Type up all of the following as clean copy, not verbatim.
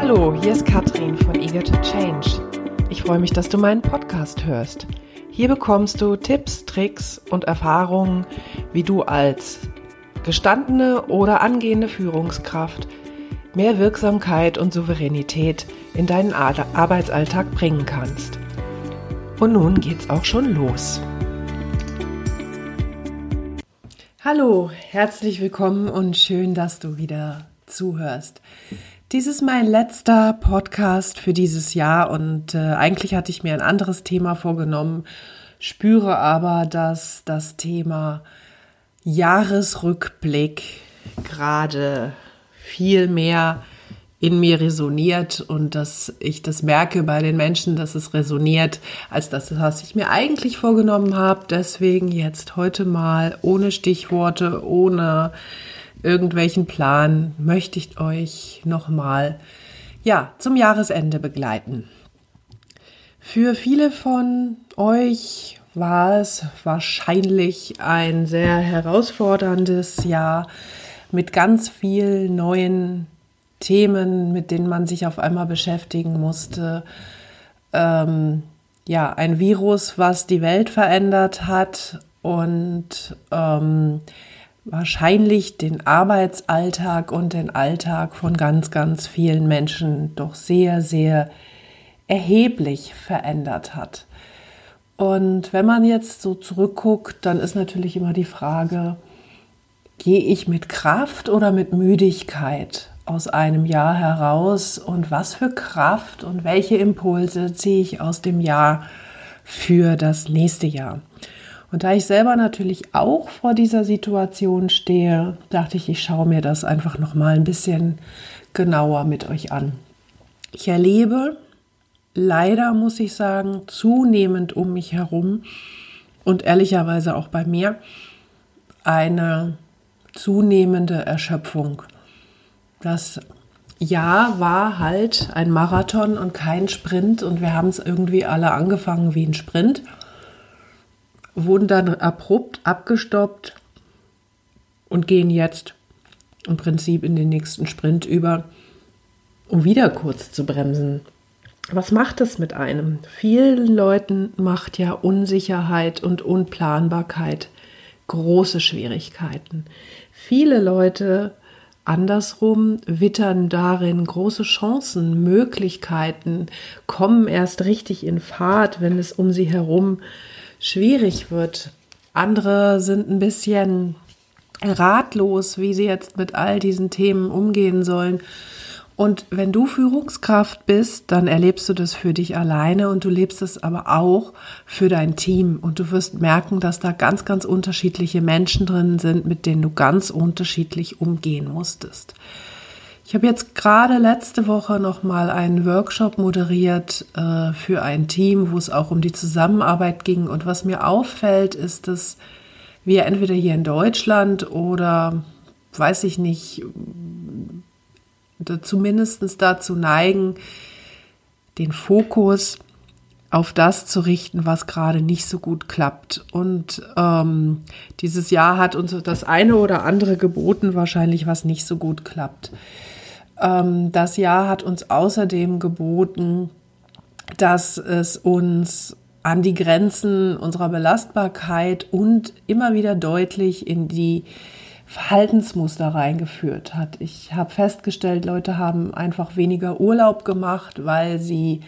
Hallo, hier ist Katrin von Eager to Change. Ich freue mich, dass du meinen Podcast hörst. Hier bekommst du Tipps, Tricks und Erfahrungen, wie du als gestandene oder angehende Führungskraft mehr Wirksamkeit und Souveränität in deinen Arbeitsalltag bringen kannst. Und nun geht's auch schon los. Hallo, herzlich willkommen und schön, dass du wieder zuhörst. Dies ist mein letzter Podcast für dieses Jahr und eigentlich hatte ich mir ein anderes Thema vorgenommen, spüre aber, dass das Thema Jahresrückblick gerade viel mehr in mir resoniert und dass ich das merke bei den Menschen, dass es resoniert, als das, was ich mir eigentlich vorgenommen habe. Deswegen jetzt heute mal ohne Stichworte, ohne irgendwelchen Plan, möchte ich euch nochmal zum Jahresende begleiten. Für viele von euch war es wahrscheinlich ein sehr herausforderndes Jahr mit ganz vielen neuen Themen, mit denen man sich auf einmal beschäftigen musste. Ein Virus, was die Welt verändert hat und wahrscheinlich den Arbeitsalltag und den Alltag von ganz, ganz vielen Menschen doch sehr, sehr erheblich verändert hat. Und wenn man jetzt so zurückguckt, dann ist natürlich immer die Frage, gehe ich mit Kraft oder mit Müdigkeit aus einem Jahr heraus und was für Kraft und welche Impulse ziehe ich aus dem Jahr für das nächste Jahr? Und da ich selber natürlich auch vor dieser Situation stehe, dachte ich, ich schaue mir das einfach nochmal ein bisschen genauer mit euch an. Ich erlebe leider, muss ich sagen, zunehmend um mich herum und ehrlicherweise auch bei mir eine zunehmende Erschöpfung. Das Jahr war halt ein Marathon und kein Sprint und wir haben es irgendwie alle angefangen wie ein Sprint, wurden dann abrupt abgestoppt und gehen jetzt im Prinzip in den nächsten Sprint über, um wieder kurz zu bremsen. Was macht das mit einem? Vielen Leuten macht ja Unsicherheit und Unplanbarkeit große Schwierigkeiten. Viele Leute andersrum wittern darin große Chancen, Möglichkeiten, kommen erst richtig in Fahrt, wenn es um sie herum schwierig wird. Andere sind ein bisschen ratlos, wie sie jetzt mit all diesen Themen umgehen sollen. Und wenn du Führungskraft bist, dann erlebst du das für dich alleine und du lebst es aber auch für dein Team. Und du wirst merken, dass da ganz, ganz unterschiedliche Menschen drin sind, mit denen du ganz unterschiedlich umgehen musstest. Ich habe jetzt gerade letzte Woche nochmal einen Workshop moderiert für ein Team, wo es auch um die Zusammenarbeit ging. Und was mir auffällt, ist, dass wir entweder hier in Deutschland oder, weiß ich nicht, zumindest dazu neigen, den Fokus auf das zu richten, was gerade nicht so gut klappt. Und dieses Jahr hat uns das eine oder andere geboten, wahrscheinlich was nicht so gut klappt. Das Jahr hat uns außerdem geboten, dass es uns an die Grenzen unserer Belastbarkeit und immer wieder deutlich in die Verhaltensmuster reingeführt hat. Ich habe festgestellt, Leute haben einfach weniger Urlaub gemacht, weil sie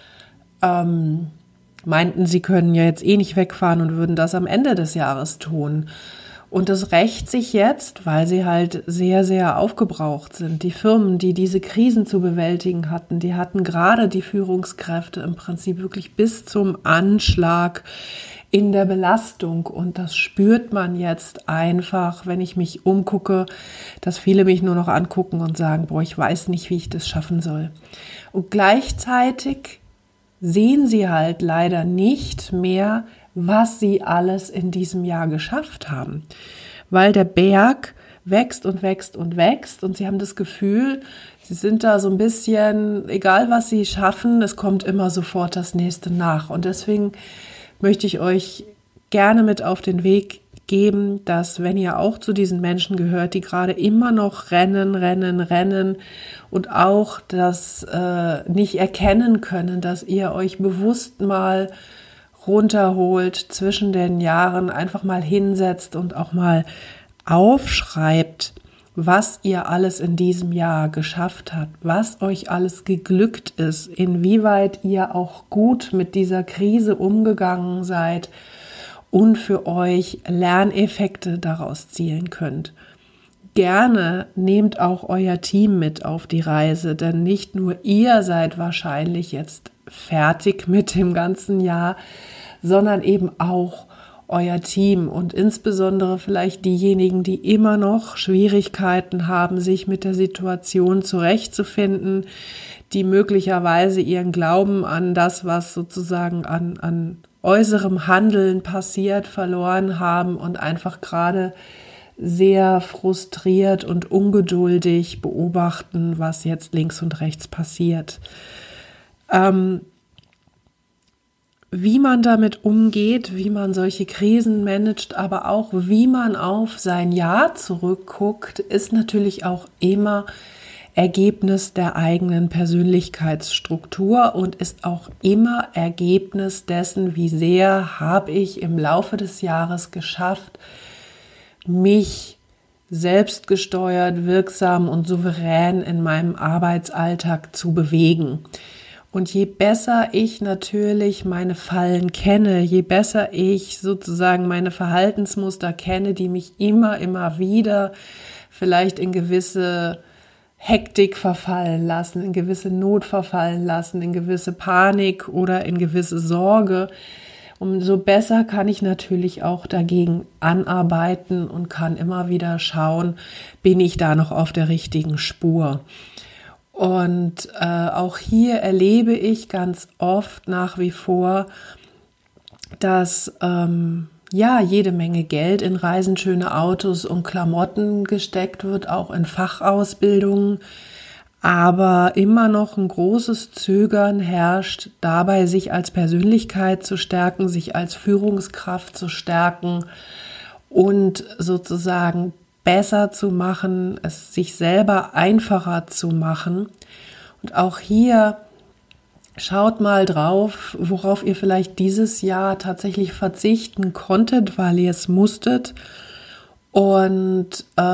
meinten, sie können ja jetzt eh nicht wegfahren und würden das am Ende des Jahres tun. Und das rächt sich jetzt, weil sie halt sehr, sehr aufgebraucht sind. Die Firmen, die diese Krisen zu bewältigen hatten, die hatten gerade die Führungskräfte im Prinzip wirklich bis zum Anschlag in der Belastung. Und das spürt man jetzt einfach, wenn ich mich umgucke, dass viele mich nur noch angucken und sagen, boah, ich weiß nicht, wie ich das schaffen soll. Und gleichzeitig sehen sie halt leider nicht mehr, was sie alles in diesem Jahr geschafft haben. Weil der Berg wächst und wächst und wächst und sie haben das Gefühl, sie sind da so ein bisschen, egal was sie schaffen, es kommt immer sofort das nächste nach. Und deswegen möchte ich euch gerne mit auf den Weg mitgeben, dass wenn ihr auch zu diesen Menschen gehört, die gerade immer noch rennen und auch das nicht erkennen können, dass ihr euch bewusst mal runterholt zwischen den Jahren, einfach mal hinsetzt und auch mal aufschreibt, was ihr alles in diesem Jahr geschafft habt, was euch alles geglückt ist, inwieweit ihr auch gut mit dieser Krise umgegangen seid und für euch Lerneffekte daraus zielen könnt. Gerne nehmt auch euer Team mit auf die Reise, denn nicht nur ihr seid wahrscheinlich jetzt fertig mit dem ganzen Jahr, sondern eben auch euer Team und insbesondere vielleicht diejenigen, die immer noch Schwierigkeiten haben, sich mit der Situation zurechtzufinden, die möglicherweise ihren Glauben an das, was sozusagen an äußerem Handeln passiert, verloren haben und einfach gerade sehr frustriert und ungeduldig beobachten, was jetzt links und rechts passiert. Wie man damit umgeht, wie man solche Krisen managt, aber auch wie man auf sein Jahr zurückguckt, ist natürlich auch immer Ergebnis der eigenen Persönlichkeitsstruktur und ist auch immer Ergebnis dessen, wie sehr habe ich im Laufe des Jahres geschafft, mich selbstgesteuert, wirksam und souverän in meinem Arbeitsalltag zu bewegen. Und je besser ich natürlich meine Fallen kenne, je besser ich sozusagen meine Verhaltensmuster kenne, die mich immer wieder vielleicht in gewisse Hektik verfallen lassen, in gewisse Not verfallen lassen, in gewisse Panik oder in gewisse Sorge, umso besser kann ich natürlich auch dagegen anarbeiten und kann immer wieder schauen, bin ich da noch auf der richtigen Spur. Und auch hier erlebe ich ganz oft nach wie vor, dass jede Menge Geld in Reisen, schöne Autos und Klamotten gesteckt wird, auch in Fachausbildungen, aber immer noch ein großes Zögern herrscht, dabei sich als Persönlichkeit zu stärken, sich als Führungskraft zu stärken und sozusagen besser zu machen, es sich selber einfacher zu machen. Und auch hier schaut mal drauf, worauf ihr vielleicht dieses Jahr tatsächlich verzichten konntet, weil ihr es musstet. Und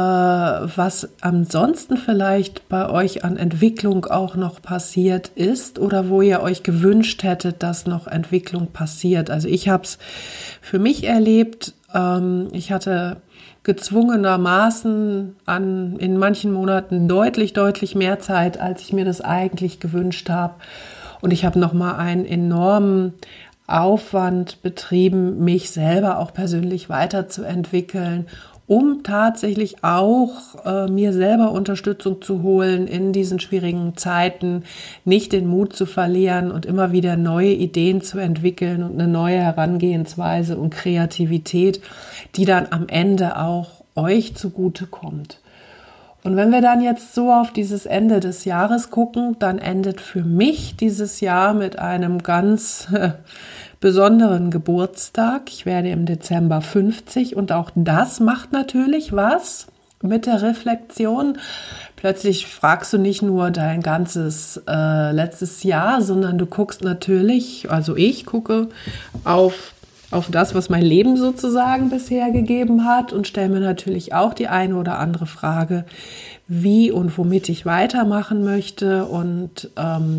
was ansonsten vielleicht bei euch an Entwicklung auch noch passiert ist oder wo ihr euch gewünscht hättet, dass noch Entwicklung passiert. Also ich habe es für mich erlebt. Ich hatte gezwungenermaßen in manchen Monaten deutlich mehr Zeit, als ich mir das eigentlich gewünscht habe. Und ich habe nochmal einen enormen Aufwand betrieben, mich selber auch persönlich weiterzuentwickeln, um tatsächlich auch mir selber Unterstützung zu holen in diesen schwierigen Zeiten, nicht den Mut zu verlieren und immer wieder neue Ideen zu entwickeln und eine neue Herangehensweise und Kreativität, die dann am Ende auch euch zugutekommt. Und wenn wir dann jetzt so auf dieses Ende des Jahres gucken, dann endet für mich dieses Jahr mit einem ganz besonderen Geburtstag. Ich werde im Dezember 50 und auch das macht natürlich was mit der Reflexion. Plötzlich fragst du nicht nur dein ganzes letztes Jahr, sondern du guckst natürlich, also ich gucke auf das, was mein Leben sozusagen bisher gegeben hat und stelle mir natürlich auch die eine oder andere Frage, wie und womit ich weitermachen möchte. Und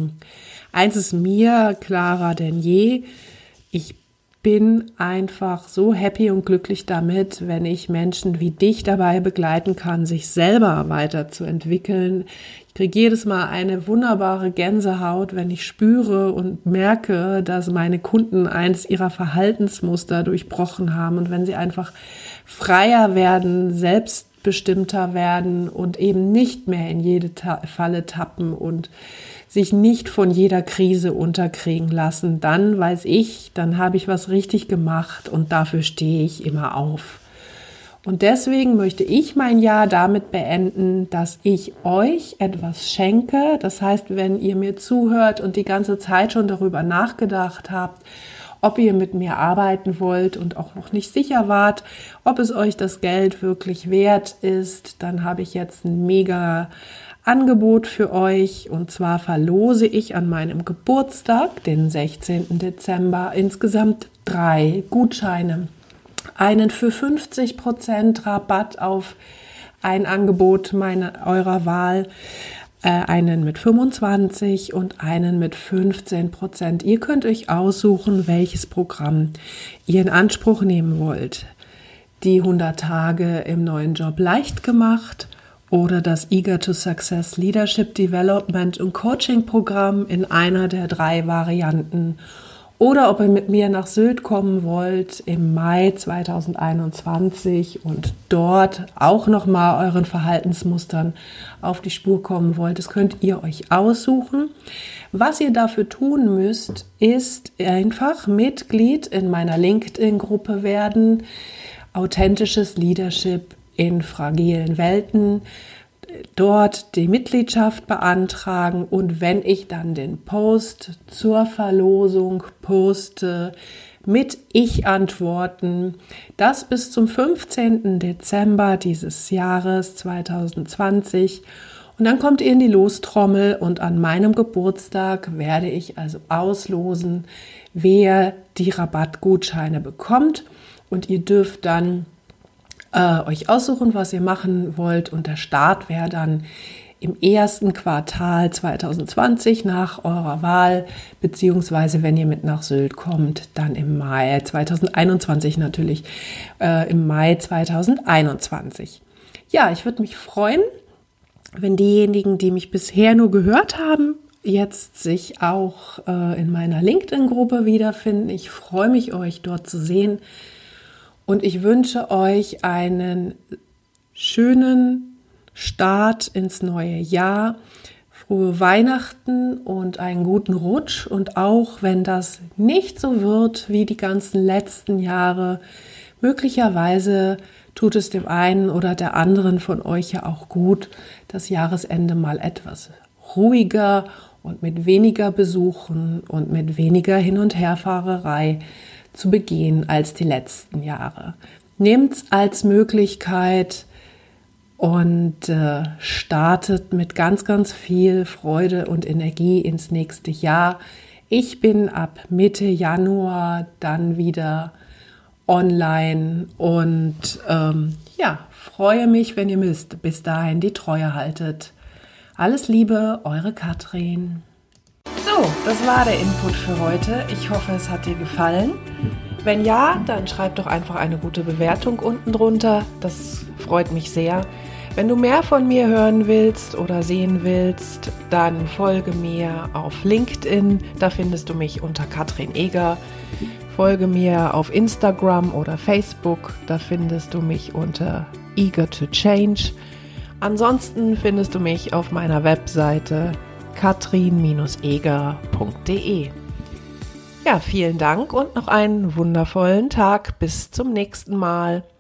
eins ist mir klarer denn je, ich bin einfach so happy und glücklich damit, wenn ich Menschen wie dich dabei begleiten kann, sich selber weiterzuentwickeln. Ich kriege jedes Mal eine wunderbare Gänsehaut, wenn ich spüre und merke, dass meine Kunden eines ihrer Verhaltensmuster durchbrochen haben und wenn sie einfach freier werden, selbstbestimmter werden und eben nicht mehr in jede Falle tappen und sich nicht von jeder Krise unterkriegen lassen, dann weiß ich, dann habe ich was richtig gemacht und dafür stehe ich immer auf. Und deswegen möchte ich mein Jahr damit beenden, dass ich euch etwas schenke. Das heißt, wenn ihr mir zuhört und die ganze Zeit schon darüber nachgedacht habt, ob ihr mit mir arbeiten wollt und auch noch nicht sicher wart, ob es euch das Geld wirklich wert ist, dann habe ich jetzt ein mega Angebot für euch. Und zwar verlose ich an meinem Geburtstag, den 16. Dezember, insgesamt 3 Gutscheine. Einen für 50% Rabatt auf ein Angebot eurer Wahl, einen mit 25 und einen mit 15%. Ihr könnt euch aussuchen, welches Programm ihr in Anspruch nehmen wollt. Die 100 Tage im neuen Job leicht gemacht oder das Eager to Success Leadership Development und Coaching Programm in einer der 3 Varianten. Oder ob ihr mit mir nach Sylt kommen wollt im Mai 2021 und dort auch nochmal euren Verhaltensmustern auf die Spur kommen wollt. Das könnt ihr euch aussuchen. Was ihr dafür tun müsst, ist einfach Mitglied in meiner LinkedIn-Gruppe werden. Authentisches Leadership in fragilen Welten. Dort die Mitgliedschaft beantragen und wenn ich dann den Post zur Verlosung poste mit Ich-Antworten, das bis zum 15. Dezember dieses Jahres 2020 und dann kommt ihr in die Lostrommel und an meinem Geburtstag werde ich also auslosen, wer die Rabattgutscheine bekommt und ihr dürft dann euch aussuchen, was ihr machen wollt und der Start wäre dann im ersten Quartal 2020 nach eurer Wahl, beziehungsweise wenn ihr mit nach Sylt kommt, dann im Mai 2021 natürlich, im Mai 2021. Ja, ich würde mich freuen, wenn diejenigen, die mich bisher nur gehört haben, jetzt sich auch in meiner LinkedIn-Gruppe wiederfinden. Ich freue mich, euch dort zu sehen. Und ich wünsche euch einen schönen Start ins neue Jahr, frohe Weihnachten und einen guten Rutsch. Und auch wenn das nicht so wird wie die ganzen letzten Jahre, möglicherweise tut es dem einen oder der anderen von euch ja auch gut, das Jahresende mal etwas ruhiger und mit weniger Besuchen und mit weniger Hin- und Herfahrerei zu begehen als die letzten Jahre. Nehmt's als Möglichkeit und startet mit ganz, ganz viel Freude und Energie ins nächste Jahr. Ich bin ab Mitte Januar dann wieder online und freue mich, wenn ihr bis dahin die Treue haltet. Alles Liebe, eure Katrin. So, das war der Input für heute. Ich hoffe, es hat dir gefallen. Wenn ja, dann schreib doch einfach eine gute Bewertung unten drunter. Das freut mich sehr. Wenn du mehr von mir hören willst oder sehen willst, dann folge mir auf LinkedIn. Da findest du mich unter Katrin Eger. Folge mir auf Instagram oder Facebook. Da findest du mich unter Eager to Change. Ansonsten findest du mich auf meiner Webseite katrin-eger.de. Ja, vielen Dank und noch einen wundervollen Tag. Bis zum nächsten Mal.